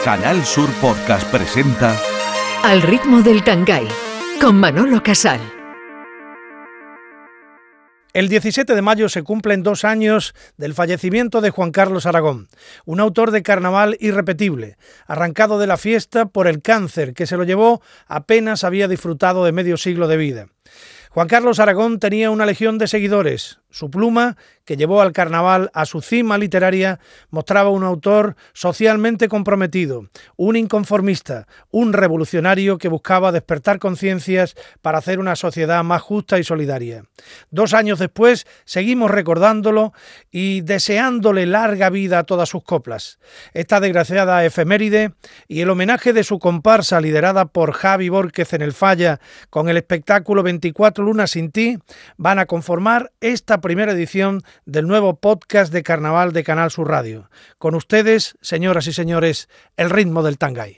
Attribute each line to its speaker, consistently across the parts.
Speaker 1: Canal Sur Podcast presenta
Speaker 2: Al ritmo del Tangay, con Manolo Casal.
Speaker 3: El 17 de mayo se cumplen 2 años del fallecimiento de Juan Carlos Aragón, un autor de carnaval irrepetible, arrancado de la fiesta por el cáncer que se lo llevó apenas había disfrutado de medio siglo de vida. Juan Carlos Aragón tenía una legión de seguidores. Su pluma, que llevó al carnaval a su cima literaria, mostraba un autor socialmente comprometido, un inconformista, un revolucionario que buscaba despertar conciencias para hacer una sociedad más justa y solidaria. 2 años después, seguimos recordándolo y deseándole larga vida a todas sus coplas. Esta desgraciada efeméride y el homenaje de su comparsa liderada por Javi Bórquez en el Falla con el espectáculo 24 lunas sin ti van a conformar esta primera edición del nuevo podcast de Carnaval de Canal Sur Radio. Con ustedes, señoras y señores, el ritmo del Tangay.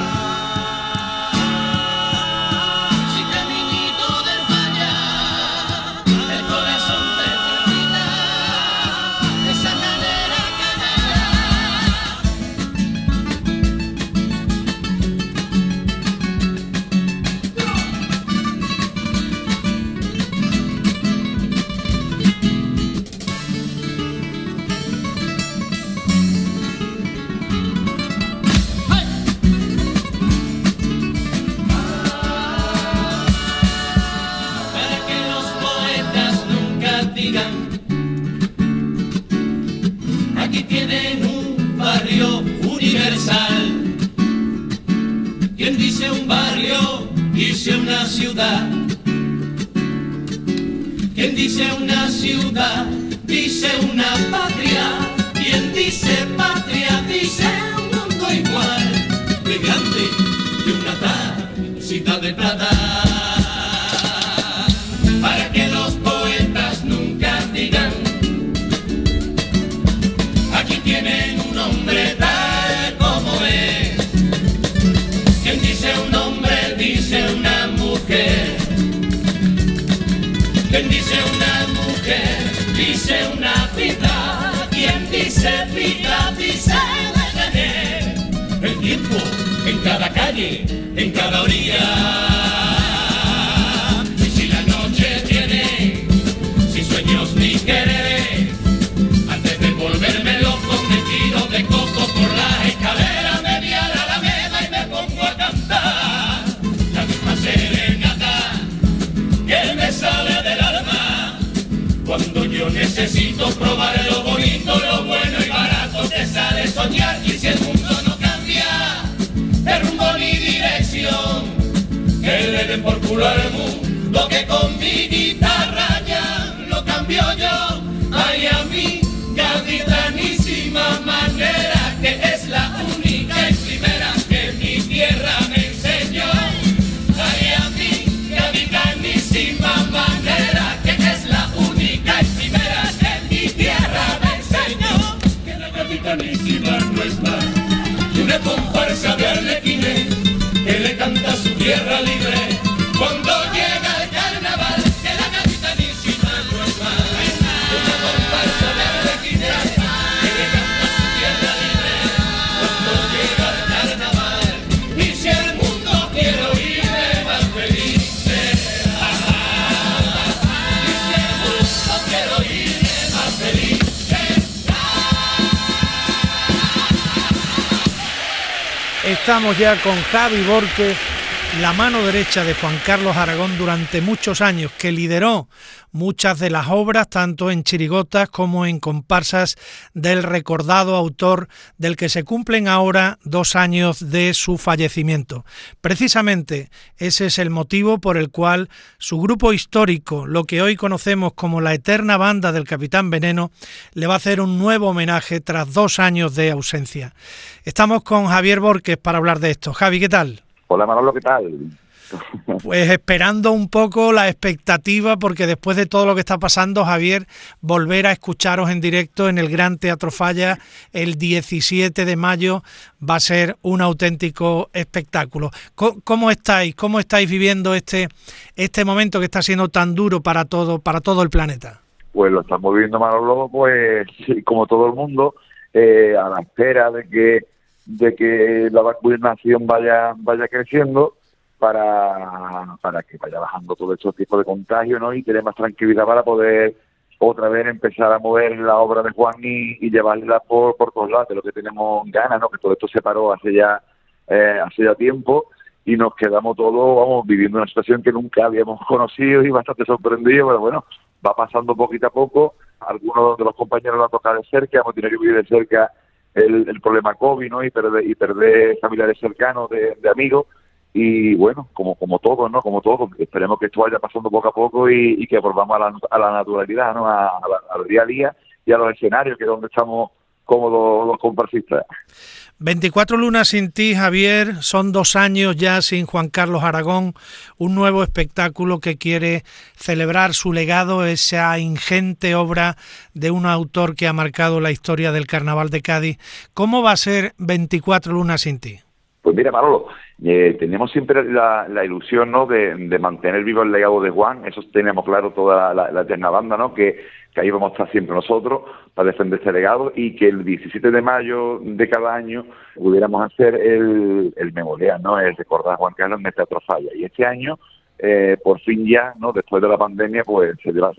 Speaker 4: Aquí tienen un barrio universal. Quien dice un barrio, dice una ciudad. Quien dice una ciudad, dice una patria. Quien dice patria, dice un mundo igual, de grande, de una taza de plata. Para que los poetas nunca digan: aquí tienen un hombre tal como es. Quien dice un hombre, dice una mujer. Quien dice una mujer, dice una vida. Quien dice vida, dice detener el tiempo en cada calle, en cada orilla. Ni querer, antes de volverme loco me tiro de coco por la escalera, me voy a la Alameda y me pongo a cantar la misma serenata que me sale del alma cuando yo necesito probar lo bonito, lo bueno y barato que sale soñar. Y si el mundo no cambia de rumbo ni dirección, que le den por culo al mundo que con mi guitarra cambio yo. Ay, a mi gaditanísima manera, que es la única y primera que mi tierra me enseñó. Ay, a mi gaditanísima manera, que es la única y primera que mi tierra me enseñó. Que la gaditanísima no es más que una comparsa de arlequines que le canta a su tierra libre cuando llega el carnaval.
Speaker 3: Estamos ya con Javi Bórquez, la mano derecha de Juan Carlos Aragón durante muchos años, que lideró muchas de las obras, tanto en chirigotas como en comparsas del recordado autor del que se cumplen ahora 2 años de su fallecimiento. Precisamente ese es el motivo por el cual su grupo histórico, lo que hoy conocemos como la eterna banda del Capitán Veneno, le va a hacer un nuevo homenaje tras 2 años de ausencia. Estamos con Javier Bórquez para hablar de esto. Javi, ¿qué tal?
Speaker 5: Hola Manolo, ¿qué tal?
Speaker 3: Pues esperando un poco la expectativa, porque después de todo lo que está pasando, Javier, volver a escucharos en directo en el Gran Teatro Falla el 17 de mayo va a ser un auténtico espectáculo. ¿Cómo estáis? ¿Cómo estáis viviendo este momento que está siendo tan duro para todo el planeta?
Speaker 5: Pues lo estamos viviendo, Manolo, pues como todo el mundo, a la espera de que que la vacunación vaya creciendo para que vaya bajando todo este tipo de contagio, ¿no? Y tener más tranquilidad para poder otra vez empezar a mover la obra de Juan y llevarla por todos lados, de lo que tenemos ganas, ¿no? Que todo esto se paró hace ya tiempo y nos quedamos todos, viviendo una situación que nunca habíamos conocido y bastante sorprendidos, pero bueno, va pasando poquito a poco. Algunos de los compañeros lo han tocado de cerca, hemos tenido que vivir de cerca el problema COVID, ¿no? Y perder familiares cercanos de amigos. Y bueno, como todos, ¿no? Como todos, esperemos que esto vaya pasando poco a poco y que volvamos a la naturalidad, ¿no? Al día a día y a los escenarios, que es donde estamos cómodos los comparsistas.
Speaker 3: 24 lunas sin ti, Javier, son 2 años ya sin Juan Carlos Aragón, un nuevo espectáculo que quiere celebrar su legado, esa ingente obra de un autor que ha marcado la historia del Carnaval de Cádiz. ¿Cómo va a ser 24 lunas sin ti?
Speaker 5: Pues mira, Manolo, tenemos siempre la ilusión, ¿no? de mantener vivo el legado de Juan. Eso tenemos claro toda la eterna banda, ¿no? Que ahí vamos a estar siempre nosotros para defender este legado, y que el 17 de mayo de cada año pudiéramos hacer el memorial, ¿no? El recordar a Juan Carlos en el Teatro Falla. Y este año, por fin ya, ¿no? Después de la pandemia, pues se dio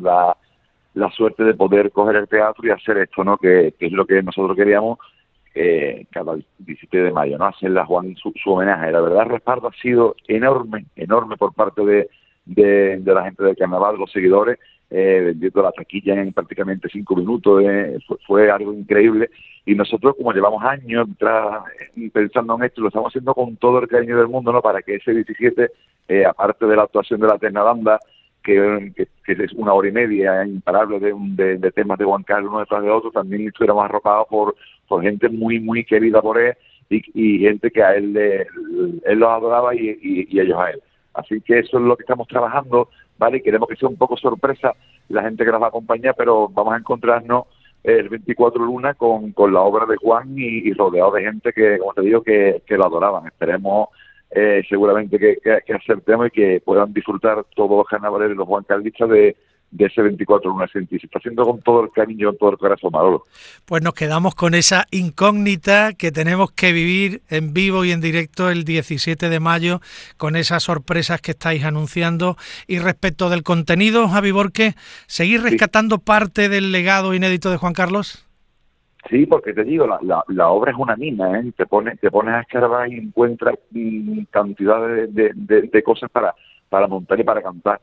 Speaker 5: la suerte de poder coger el teatro y hacer esto, ¿no? Que es lo que nosotros queríamos. Cada 17 de mayo, ¿no? Hacerle a Juan su homenaje. La verdad, el respaldo ha sido enorme por parte de la gente del Carnaval, los seguidores, vendiendo la taquilla en prácticamente 5 minutos. Fue algo increíble, y nosotros, como llevamos años pensando en esto, lo estamos haciendo con todo el cariño del mundo, ¿no? Para que ese 17, aparte de la actuación de la eterna banda, que es 1 hora y media imparable de temas de Juan Carlos uno detrás de otro, también estuviéramos arropados por gente muy muy querida por él, y gente que a él los adoraba y ellos a él. Así que eso es lo que estamos trabajando, ¿vale? Y queremos que sea un poco sorpresa la gente que nos va a acompañar, pero vamos a encontrarnos el 24 Luna con la obra de Juan y rodeado de gente que, como te digo, que lo adoraban. Esperemos seguramente que acertemos y que puedan disfrutar todos los carnavaleros y los juancarlistas de ese 24 Luna sin ti. Se está haciendo con todo el cariño, con todo el corazón, Manolo.
Speaker 3: Pues nos quedamos con esa incógnita que tenemos que vivir en vivo y en directo el 17 de mayo, con esas sorpresas que estáis anunciando. Y respecto del contenido, Javi Borque, ¿seguir rescatando parte del legado inédito de Juan Carlos?
Speaker 5: Sí, porque te digo, la obra es una mina, ¿eh? Te pones a escarbar y encuentras cantidad de cosas para montar y para cantar.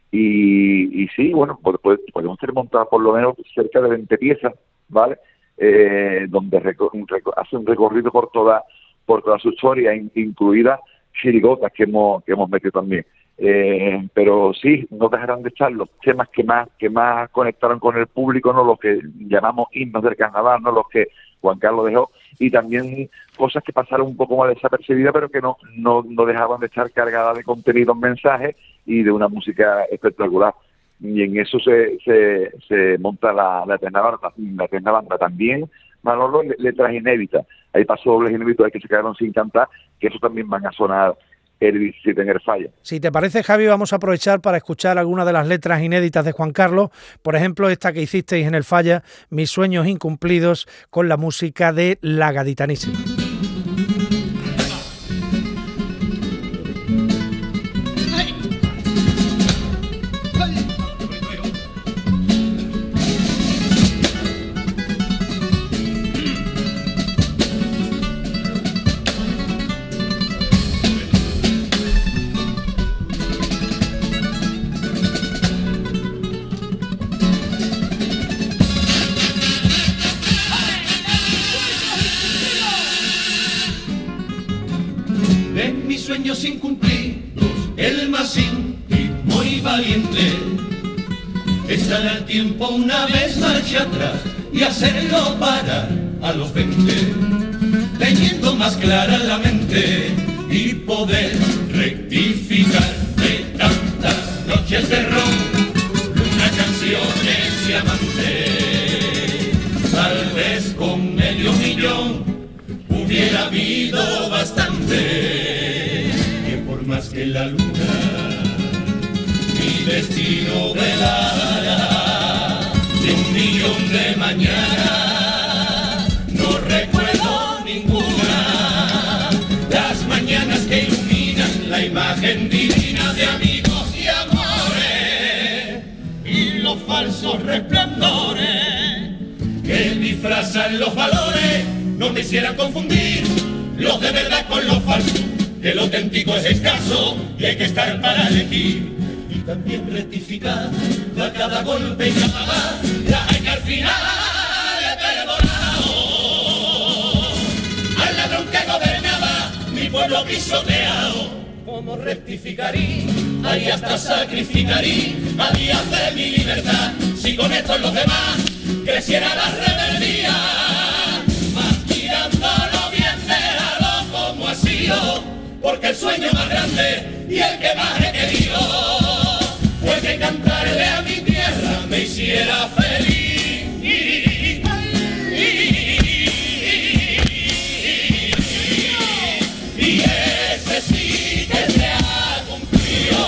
Speaker 5: Y sí, bueno, podemos tener montadas por lo menos cerca de 20 piezas, ¿vale? Donde hace un recorrido por toda su historia, incluidas chirigotas que hemos metido también. Pero sí, no dejarán de estar los temas que más conectaron con el público, ¿no? Los que llamamos himnos del carnaval, ¿no? Los que Juan Carlos dejó, y también cosas que pasaron un poco más desapercibidas, pero que no dejaban de estar cargadas de contenidos, mensajes y de una música espectacular. Y en eso se monta la eterna banda. También, Manolo, letras inéditas. Hay pasodobles inéditos que se quedaron sin cantar, que eso también van a sonar el 17 en el Falla.
Speaker 3: Si te parece, Javi, vamos a aprovechar para escuchar algunas de las letras inéditas de Juan Carlos, por ejemplo esta que hicisteis en el Falla, Mis sueños incumplidos, con la música de La Gaditanísima.
Speaker 4: Sueños incumplidos, el más íntimo y valiente, estar al tiempo una vez marcha atrás y hacerlo parar a los 20, teniendo más clara la mente y poder rectificar de tantas noches de ron, lunas, canciones y amantes. Tal vez con medio millón hubiera habido bastante. Más que la luna, mi destino velara de 1 millón de mañanas, no recuerdo ninguna. imagen divina de amigos y amores, y los falsos resplandores que disfrazan los valores no me hicieran confundir los de verdad con los falsos, que lo auténtico es escaso y hay que estar para elegir, y también rectificar a cada golpe y cada la hay que al final he perdonado al ladrón que gobernaba mi pueblo pisoteado. Como rectificarí, ahí hasta sacrificarí a días de mi libertad, si con esto los demás creciera la rebeldía, más tirándolo bien déjalo como ha sido, porque el sueño más grande y el que más he querido fue que cantarle a mi tierra me hiciera feliz. Y ese sí que se ha cumplido.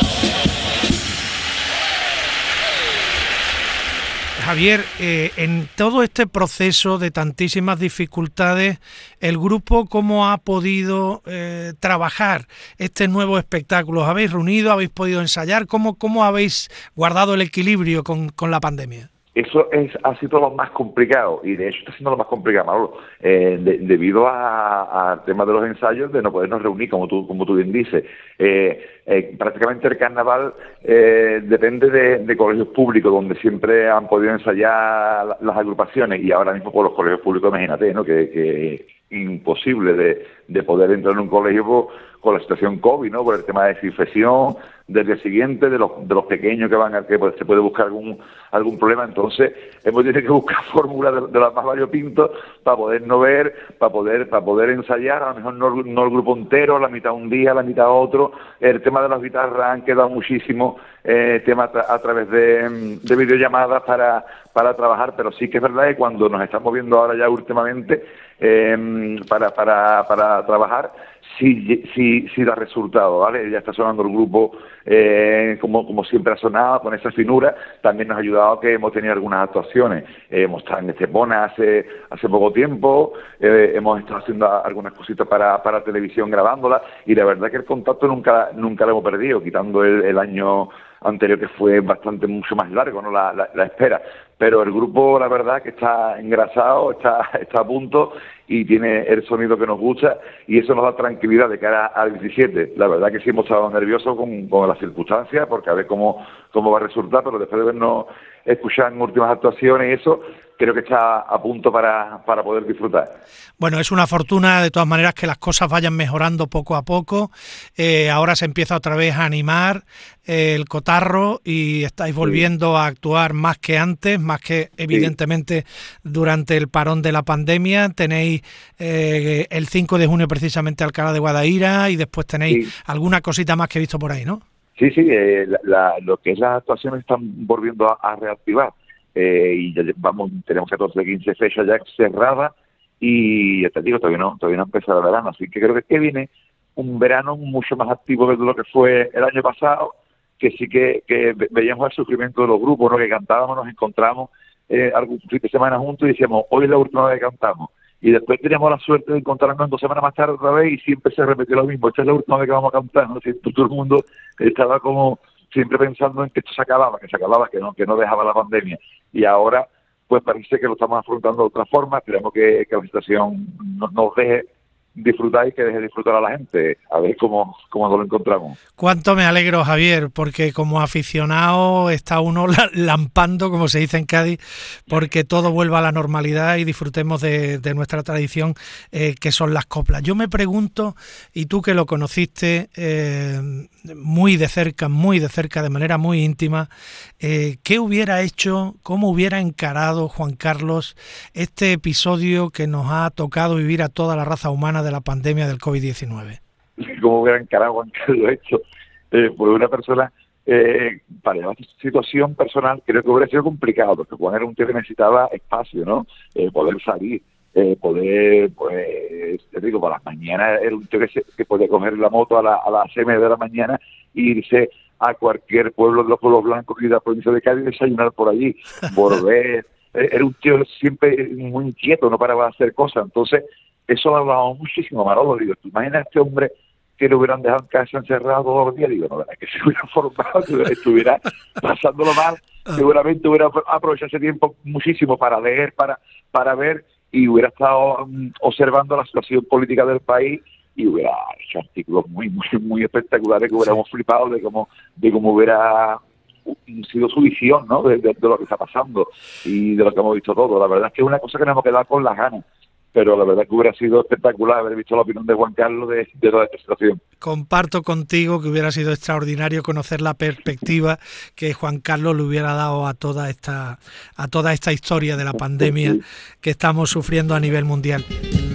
Speaker 3: Javier, en todo este proceso de tantísimas dificultades, el grupo, ¿cómo ha podido trabajar este nuevo espectáculo? ¿Os habéis reunido? ¿Habéis podido ensayar? ¿Cómo habéis guardado el equilibrio con la pandemia?
Speaker 5: Eso ha sido lo más complicado, y de hecho está siendo lo más complicado, Manolo, debido al tema de los ensayos, de no podernos reunir, como tú bien dices. Prácticamente el carnaval depende de colegios públicos, donde siempre han podido ensayar las agrupaciones, y ahora mismo por los colegios públicos, imagínate, ¿no? que imposible de poder entrar en un colegio con la situación COVID, ¿no? Por el tema de desinfección, del día siguiente, de los pequeños que van a que se puede buscar algún problema. Entonces hemos tenido que buscar fórmulas de las más variopintos para podernos ver, para poder ensayar, a lo mejor no el grupo entero, la mitad un día, la mitad otro. El tema de las guitarras han quedado muchísimo tema a través de videollamadas para trabajar, pero sí que es verdad que cuando nos estamos viendo ahora ya últimamente para trabajar, sí da resultado, ¿vale? Ya está sonando el grupo como siempre ha sonado, con esa finura. También nos ha ayudado que hemos tenido algunas actuaciones. Hemos estado en Estepona hace poco tiempo, hemos estado haciendo algunas cositas para televisión grabándolas, y la verdad que el contacto nunca lo hemos perdido, quitando el año anterior, que fue mucho más largo, ¿no? La espera. Pero el grupo, la verdad, que está engrasado, está a punto, y tiene el sonido que nos gusta, y eso nos da tranquilidad de cara al 17. La verdad que sí hemos estado nerviosos con las circunstancias, porque a ver cómo va a resultar, pero después de vernos escuchar en últimas actuaciones y eso, creo que está a punto para poder disfrutar.
Speaker 3: Bueno, es una fortuna de todas maneras que las cosas vayan mejorando poco a poco. Ahora se empieza otra vez a animar el cotarro y estáis volviendo a actuar más que antes, más que evidentemente durante el parón de la pandemia. Tenéis el 5 de junio precisamente Alcalá de Guadaira, y después tenéis alguna cosita más que he visto por ahí, ¿no? Sí,
Speaker 5: lo que es las actuaciones están volviendo a reactivar. Y ya tenemos 14, 15 fechas ya cerradas, y ya te digo, todavía no ha empezado el verano, así que creo que viene un verano mucho más activo de lo que fue el año pasado, que sí que veíamos el sufrimiento de los grupos, ¿no? Que cantábamos, nos encontramos algún fin de semana juntos y decíamos, hoy es la última vez que cantamos, y después teníamos la suerte de encontrarnos 2 semanas más tarde otra vez, y siempre se repitió lo mismo, esta es la última vez que vamos a cantar, ¿no? Todo el mundo estaba como siempre pensando en que esto se acababa, que no dejaba la pandemia. Y ahora, pues parece que lo estamos afrontando de otra forma. Esperemos que la situación nos deje disfrutar y que deje disfrutar a la gente, a ver cómo nos lo encontramos.
Speaker 3: Cuánto me alegro, Javier, porque como aficionado está uno lampando, como se dice en Cádiz, porque todo vuelva a la normalidad y disfrutemos de nuestra tradición, que son las coplas. Yo me pregunto, y tú que lo conociste muy de cerca, de manera muy íntima, ¿qué hubiera hecho, cómo hubiera encarado Juan Carlos este episodio que nos ha tocado vivir a toda la raza humana de la pandemia del COVID-19?
Speaker 5: ¿Cómo hubiera encarado Juan Carlos esto? Pues una persona, para la situación personal, creo que hubiera sido complicado, porque Juan era un tío que necesitaba espacio, ¿no? Poder salir, poder, pues, te digo, por las mañanas era un tío que podía coger la moto a las 6 de la mañana e irse a cualquier pueblo de los pueblos blancos y de la provincia de Cádiz, desayunar por allí, volver. Era un tío siempre muy inquieto, no paraba de hacer cosas. Entonces, eso lo hablábamos muchísimo, Manolo. Digo, tú imaginas a este hombre que lo hubieran dejado en casa encerrado todos los días. Digo, no, que se hubiera formado, que estuviera pasándolo mal, seguramente hubiera aprovechado ese tiempo muchísimo para leer, para ver, y hubiera estado observando la situación política del país y hubiera hecho artículos muy, muy, muy espectaculares que hubiéramos flipado de cómo hubiera sido su visión, ¿no? De lo que está pasando y de lo que hemos visto todo. La verdad es que es una cosa que nos hemos quedado con las ganas, pero la verdad es que hubiera sido espectacular haber visto la opinión de Juan Carlos de toda esta situación.
Speaker 3: Comparto contigo que hubiera sido extraordinario conocer la perspectiva que Juan Carlos le hubiera dado a toda esta historia de la pandemia que estamos sufriendo a nivel mundial.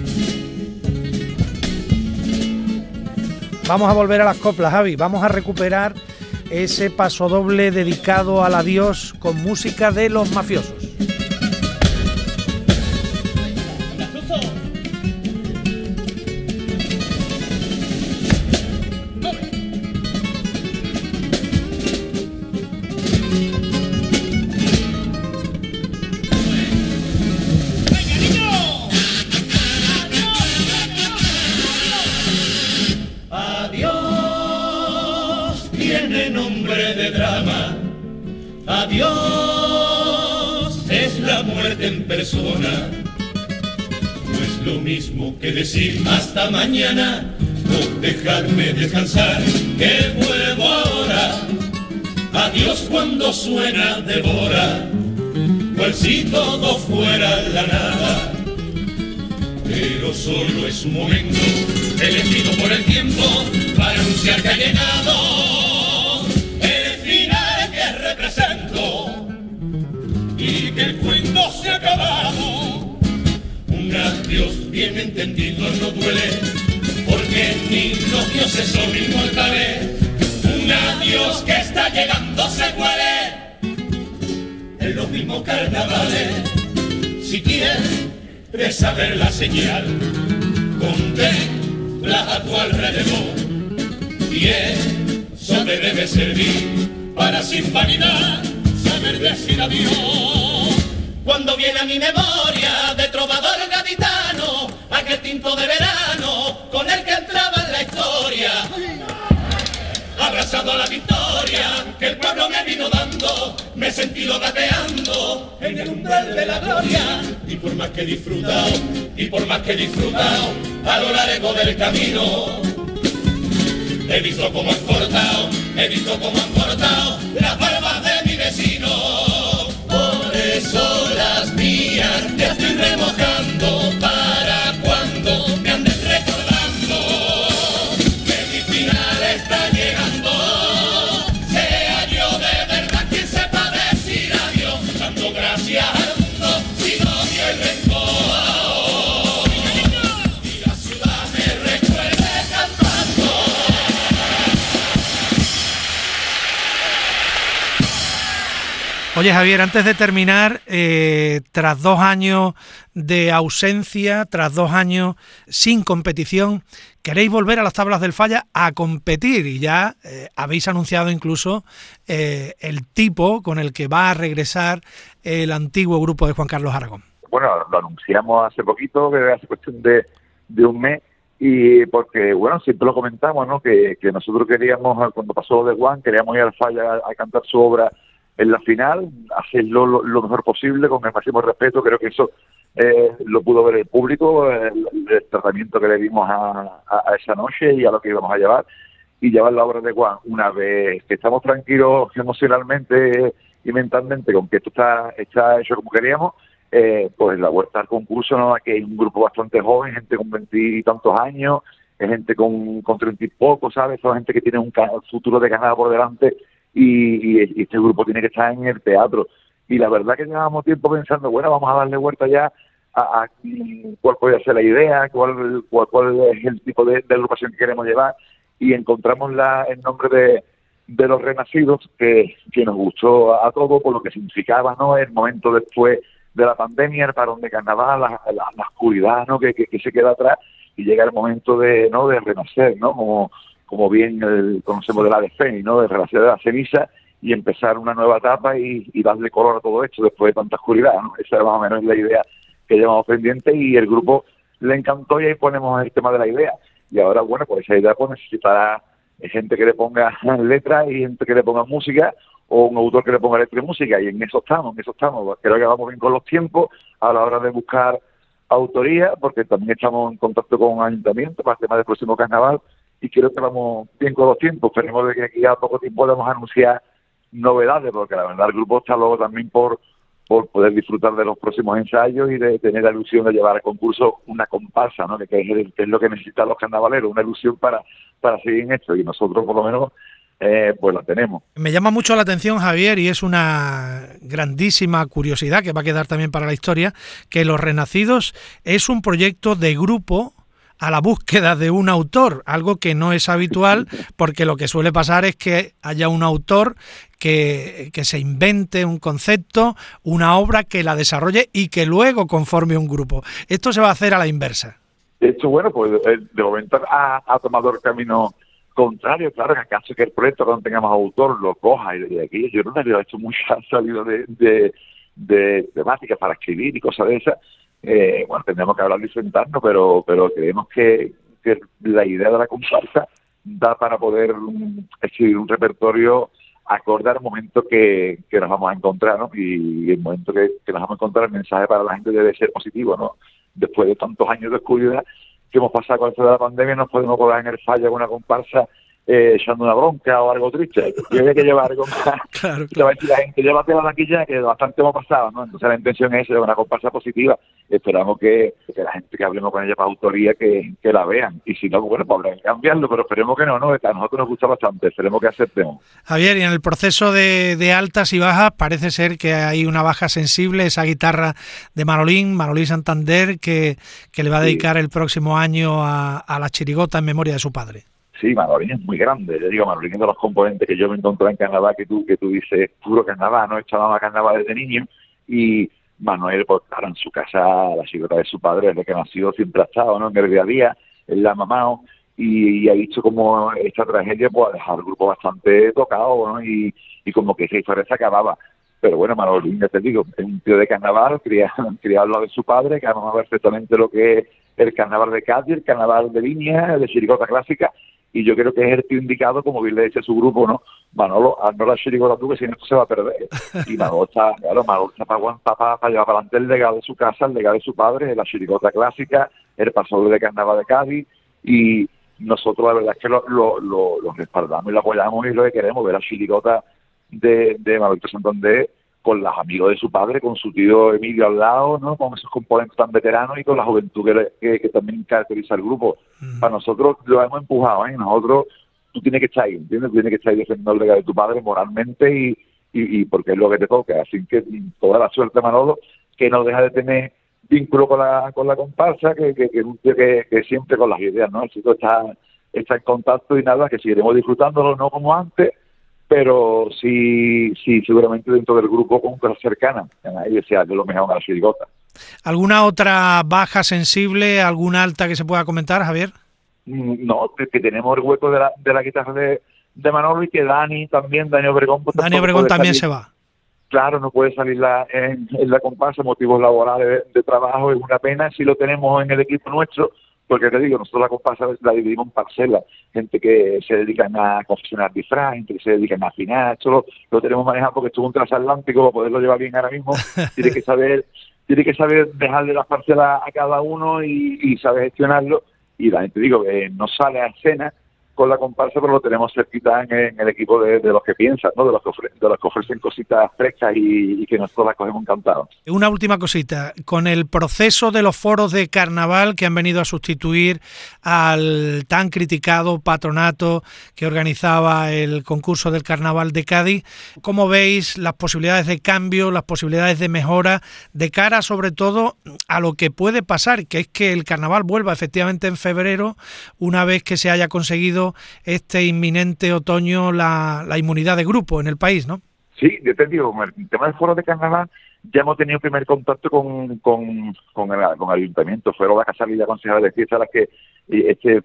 Speaker 3: Vamos a volver a las coplas, Javi. Vamos a recuperar ese pasodoble dedicado al adiós con música de Los Mafiosos.
Speaker 4: Adiós es la muerte en persona. No es lo mismo que decir hasta mañana o dejarme descansar, que vuelvo ahora. Adiós cuando suena devora, cual si todo fuera la nada. Pero solo es un momento elegido por el tiempo para anunciar que ha llegado y que el cuento se ha acabado. Un adiós bien entendido no duele, porque ni los dioses son inmortales. Un adiós que está llegando se huele en los mismos carnavales. Si quieres saber la señal, contempla a tu alrededor, y eso te debe servir para sin vanidad saber decir adiós. Cuando viene a mi memoria de trovador gaditano, aquel tinto de verano con el que entraba en la historia, abrazado a la victoria que el pueblo me vino dando, me he sentido gateando en el umbral de la gloria. Y por más que he disfrutado, a lo largo del camino, he visto cómo han cortado las barbas de mi vecino. Por eso las mías te estoy remojando para cuando me andes recordando que mi final está llegando. Sea yo de verdad quien sepa decir adiós, dando gracias al mundo sin odio y rencor. Y la ciudad me recuerde cantando.
Speaker 3: Oye, Javier, antes de terminar, tras 2 años de ausencia, tras 2 años sin competición, queréis volver a las tablas del Falla a competir y ya habéis anunciado incluso el tipo con el que va a regresar el antiguo grupo de Juan Carlos Aragón.
Speaker 5: Bueno, lo anunciamos hace poquito, hace cuestión de un mes, y porque, bueno, siempre lo comentamos, ¿no? Que nosotros queríamos, cuando pasó lo de Juan, queríamos ir al Falla a cantar su obra en la final, hacerlo lo mejor posible, con el máximo respeto. Creo que eso lo pudo ver el público, el tratamiento que le dimos a esa noche y a lo que íbamos a llevar, y llevar la obra de Juan. Una vez que estamos tranquilos emocionalmente y mentalmente con que esto está hecho como queríamos, pues la vuelta al concurso, ¿no? Aquí hay un grupo bastante joven, gente con 20 y tantos años, gente con 30 y poco, ¿sabes? Son gente que tiene un futuro de ganada por delante, y este grupo tiene que estar en el teatro. Y la verdad que llevábamos tiempo pensando, bueno, vamos a darle vuelta ya a cuál puede ser la idea, cuál es el tipo de agrupación que queremos llevar, y encontramos el nombre de Los Renacidos, que nos gustó a todos por lo que significaba, ¿no? El momento después de la pandemia, el parón de carnaval, la oscuridad, ¿no? Que se queda atrás, y llega el momento de renacer, ¿no? Como bien conocemos de la de Fénix, ¿no? De renacer de la ceniza y empezar una nueva etapa y darle color a todo esto después de tanta oscuridad, ¿no? Esa más o menos es la idea que llevamos pendiente, y el grupo le encantó, y ahí ponemos el tema de la idea. y ahora, bueno, pues esa idea pues necesitará gente que le ponga letras y gente que le ponga música, o un autor que le ponga letra y música, y en eso estamos. Creo que vamos bien con los tiempos a la hora de buscar autoría, porque también estamos en contacto con un ayuntamiento para el tema del próximo carnaval, y creo que vamos bien con los tiempos. Esperemos de que aquí a poco tiempo podamos anunciar novedades, porque la verdad el grupo está luego también por poder disfrutar de los próximos ensayos y de tener la ilusión de llevar al concurso una comparsa, ¿no? Que es lo que necesitan los carnavaleros, una ilusión para seguir en esto, y nosotros por lo menos pues la tenemos.
Speaker 3: Me llama mucho la atención, Javier, y es una grandísima curiosidad que va a quedar también para la historia, que Los Renacidos es un proyecto de grupo a la búsqueda de un autor, algo que no es habitual, porque lo que suele pasar es que haya un autor que se invente un concepto, una obra, que la desarrolle y que luego conforme un grupo. Esto se va a hacer a la inversa.
Speaker 5: De hecho, bueno, pues de momento ha tomado el camino contrario, claro, que acaso que el proyecto cuando tengamos autor lo coja, y de aquí yo no le he hecho muchas salidas de temáticas para escribir y cosas de esas. Bueno, tendremos que hablar y sentarnos, pero creemos que la idea de la comparsa da para poder escribir un repertorio acorde al momento que nos vamos a encontrar, ¿no? Y el momento que nos vamos a encontrar, el mensaje para la gente debe ser positivo, ¿no? Después de tantos años de oscuridad que hemos pasado con esto de la pandemia, nos podemos colar en el fallo con una comparsa echando una bronca o algo triste. Tiene que llevar algo más.
Speaker 3: Claro.
Speaker 5: Te va a decir la gente, llévate la taquilla, que bastante hemos pasado, ¿no? Entonces la intención es una comparsa positiva. Esperamos que la gente que hablemos con ella para autoría que la vean. Y si no, bueno, pues habrá que cambiarlo, pero esperemos que no, a nosotros nos gusta bastante, esperemos que aceptemos.
Speaker 3: Javier, y en el proceso de altas y bajas parece ser que hay una baja sensible, esa guitarra de Manolín Santander, que le va a dedicar el próximo año a la chirigota en memoria de su padre.
Speaker 5: Sí, Manolín es muy grande. Yo digo, Manolín es de los componentes que yo me encontré en carnaval, que tú dices puro carnaval, ¿no? Echaba carnaval desde niño, y Manuel, pues claro, en su casa, la chirigota de su padre, desde que nació, siempre ha estado, ¿no? En el día a día, él la ha mamado, y ha visto como esta tragedia pues ha dejado el grupo bastante tocado, ¿no? Y como que esa historia se acababa. Pero bueno, Manolín, ya te digo, es un tío de carnaval, criado al lado de su padre, que amaba perfectamente lo que es el carnaval de Cádiz, el carnaval de Viña, de chirigota clásica, y yo creo que es el tío indicado, como bien le dice a su grupo, ¿no? Manolo, no la chirigota tú, que si no se va a perder. Y Manolo está para llevar para adelante el legado de su casa, el legado de su padre, la chirigota clásica, el paso de carnaval de Cádiz, y nosotros la verdad es que lo respaldamos y lo apoyamos, y lo que queremos ver la chirigota de Manolito Santander con los amigos de su padre, con su tío Emilio al lado, ¿no? Con esos componentes tan veteranos y con la juventud que también caracteriza el grupo. Para nosotros lo hemos empujado, ¿eh? Nosotros, tú tienes que estar ahí, ¿entiendes? Tú tienes que estar ahí defendiendo el legado de tu padre moralmente y porque es lo que te toca. Así que toda la suerte, Manolo, que no deja de tener vínculo con la comparsa, que siempre con las ideas, ¿no? El chico está en contacto y nada, que seguiremos disfrutándolo, no como antes, pero sí seguramente dentro del grupo con cosas cercanas, y decía de lo mejor a la chirigota.
Speaker 3: ¿Alguna otra baja sensible, alguna alta que se pueda comentar, Javier?
Speaker 5: No, que tenemos el hueco de la guitarra de Manolo, y que Dani Obregón... Pues,
Speaker 3: Dani Obregón también se va.
Speaker 5: Claro, no puede salir en la comparsa, motivos laborales de trabajo, es una pena. Si lo tenemos en el equipo nuestro, porque te digo, nosotros la comparsa la dividimos en parcelas, gente que se dedican a confeccionar disfraz, gente que se dedican a afinar, esto lo tenemos manejado porque estuvo un transatlántico, para poderlo llevar bien ahora mismo, tiene que saber dejarle las parcelas a cada uno y saber gestionarlo, y la gente, digo, no sale a escena con la comparsa, pero lo tenemos cerquita en el equipo de los que piensan, ¿no? De los que ofrecen cositas frescas y que nosotros las cogemos encantados.
Speaker 3: Una última cosita, con el proceso de los foros de carnaval que han venido a sustituir al tan criticado patronato que organizaba el concurso del carnaval de Cádiz, ¿cómo veis las posibilidades de cambio, las posibilidades de mejora, de cara sobre todo a lo que puede pasar, que es que el carnaval vuelva efectivamente en febrero, una vez que se haya conseguido este inminente otoño la inmunidad de grupo en el país, ¿no?
Speaker 5: Sí, yo te digo, con el tema del foro de carnaval ya hemos tenido primer contacto con el ayuntamiento. Fueron la casualidad concejal de fiesta las que esta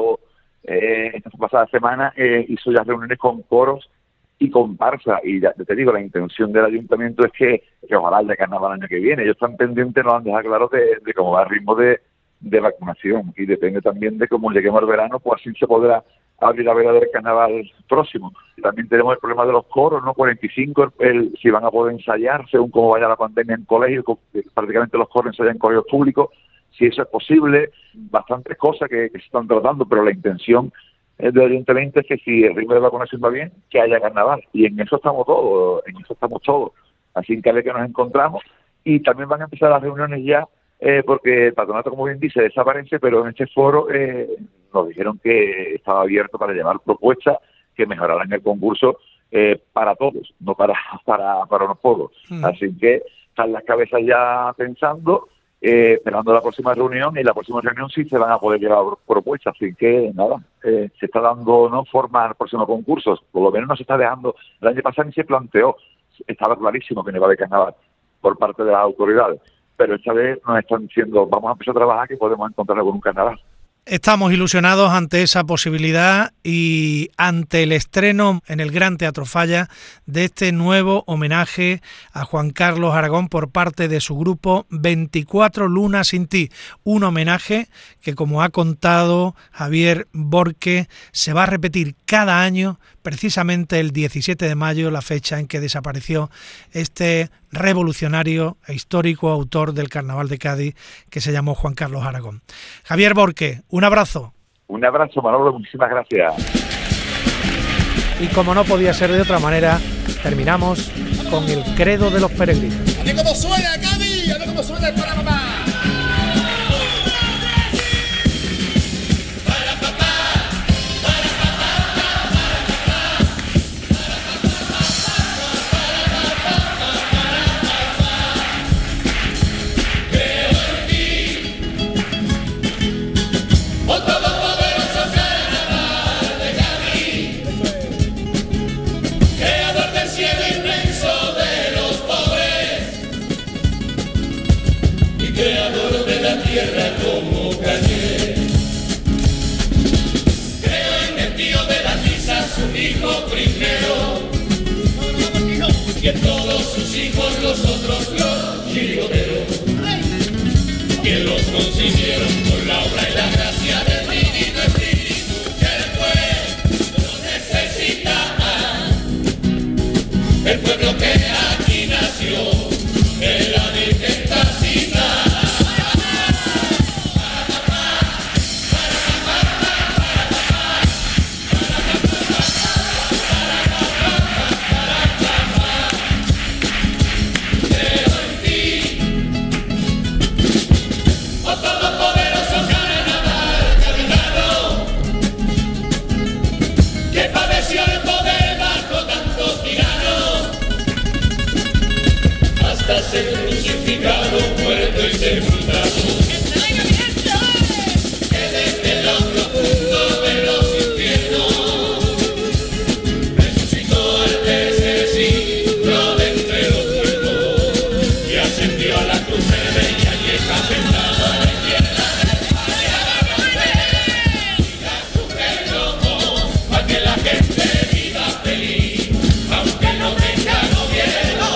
Speaker 5: pasada semana hizo ya reuniones con coros y comparsa, y ya te digo, la intención del ayuntamiento es que ojalá el de carnaval el año que viene. Ellos están pendientes, nos han dejado claro de cómo va el ritmo de de vacunación, y depende también de cómo lleguemos al verano, pues así se podrá abrir la veda del carnaval próximo. También tenemos el problema de los coros, ¿no? 45, si van a poder ensayar según cómo vaya la pandemia en colegios, prácticamente los coros ensayan en colegios públicos, si eso es posible, bastantes cosas que se están tratando, pero la intención del ayuntamiento es que si el ritmo de vacunación va bien, que haya carnaval, y en eso estamos todos, así que a ver que nos encontramos, y también van a empezar las reuniones ya, porque el patronato, como bien dice, desaparece, pero en este foro nos dijeron que estaba abierto para llevar propuestas que mejoraran el concurso para todos, no para unos pocos. Así que están las cabezas ya pensando, esperando la próxima reunión, y la próxima reunión sí se van a poder llevar propuestas. Así que nada, se está dando forma al próximo concurso, por lo menos no se está dejando. El año pasado ni se planteó, estaba clarísimo que no iba a haber carnaval por parte de las autoridades, pero esta vez nos están diciendo vamos a empezar a trabajar, que podemos encontrarnos con un carnaval.
Speaker 3: Estamos ilusionados ante esa posibilidad y ante el estreno en el Gran Teatro Falla de este nuevo homenaje a Juan Carlos Aragón por parte de su grupo 24 Lunas sin ti. Un homenaje que, como ha contado Javier Borque, se va a repetir cada año, precisamente el 17 de mayo, la fecha en que desapareció este revolucionario e histórico autor del Carnaval de Cádiz, que se llamó Juan Carlos Aragón. Javier Borque, un abrazo.
Speaker 5: Un abrazo, Manolo, muchísimas gracias.
Speaker 3: Y como no podía ser de otra manera, terminamos con el credo de los peregrinos.
Speaker 6: ¡A ver cómo suena, Cádiz! ¡A ver cómo suena el Panamá!
Speaker 4: Creador de la tierra como calle. Creo en el tío de la risa, su hijo primero, y en todos sus hijos los otros los chirigoteros, que los concibieron con la obra y la gracia del divino espíritu que el pueblo necesita. El pueblo que aquí nació, en la Virgen Tacita. Ser crucificado, muerto y sepultado, que desde lo profundo de los infiernos resucitó al tercer siglo de entre los muertos y ascendió a la cruz de ella y está sentado a la izquierda y la cruz del loco para que la gente viva feliz, aunque no tenga gobierno.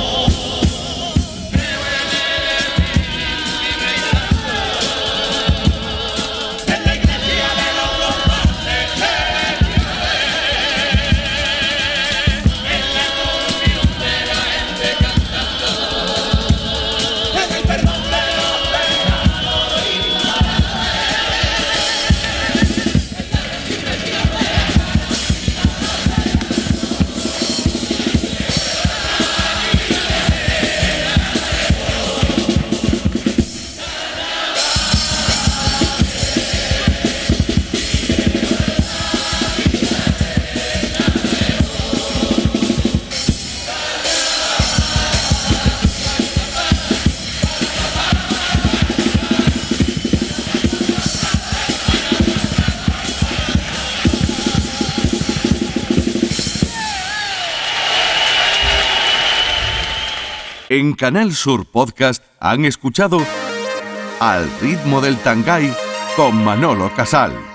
Speaker 1: En Canal Sur Podcast han escuchado Al ritmo del Tangay con Manolo Casal.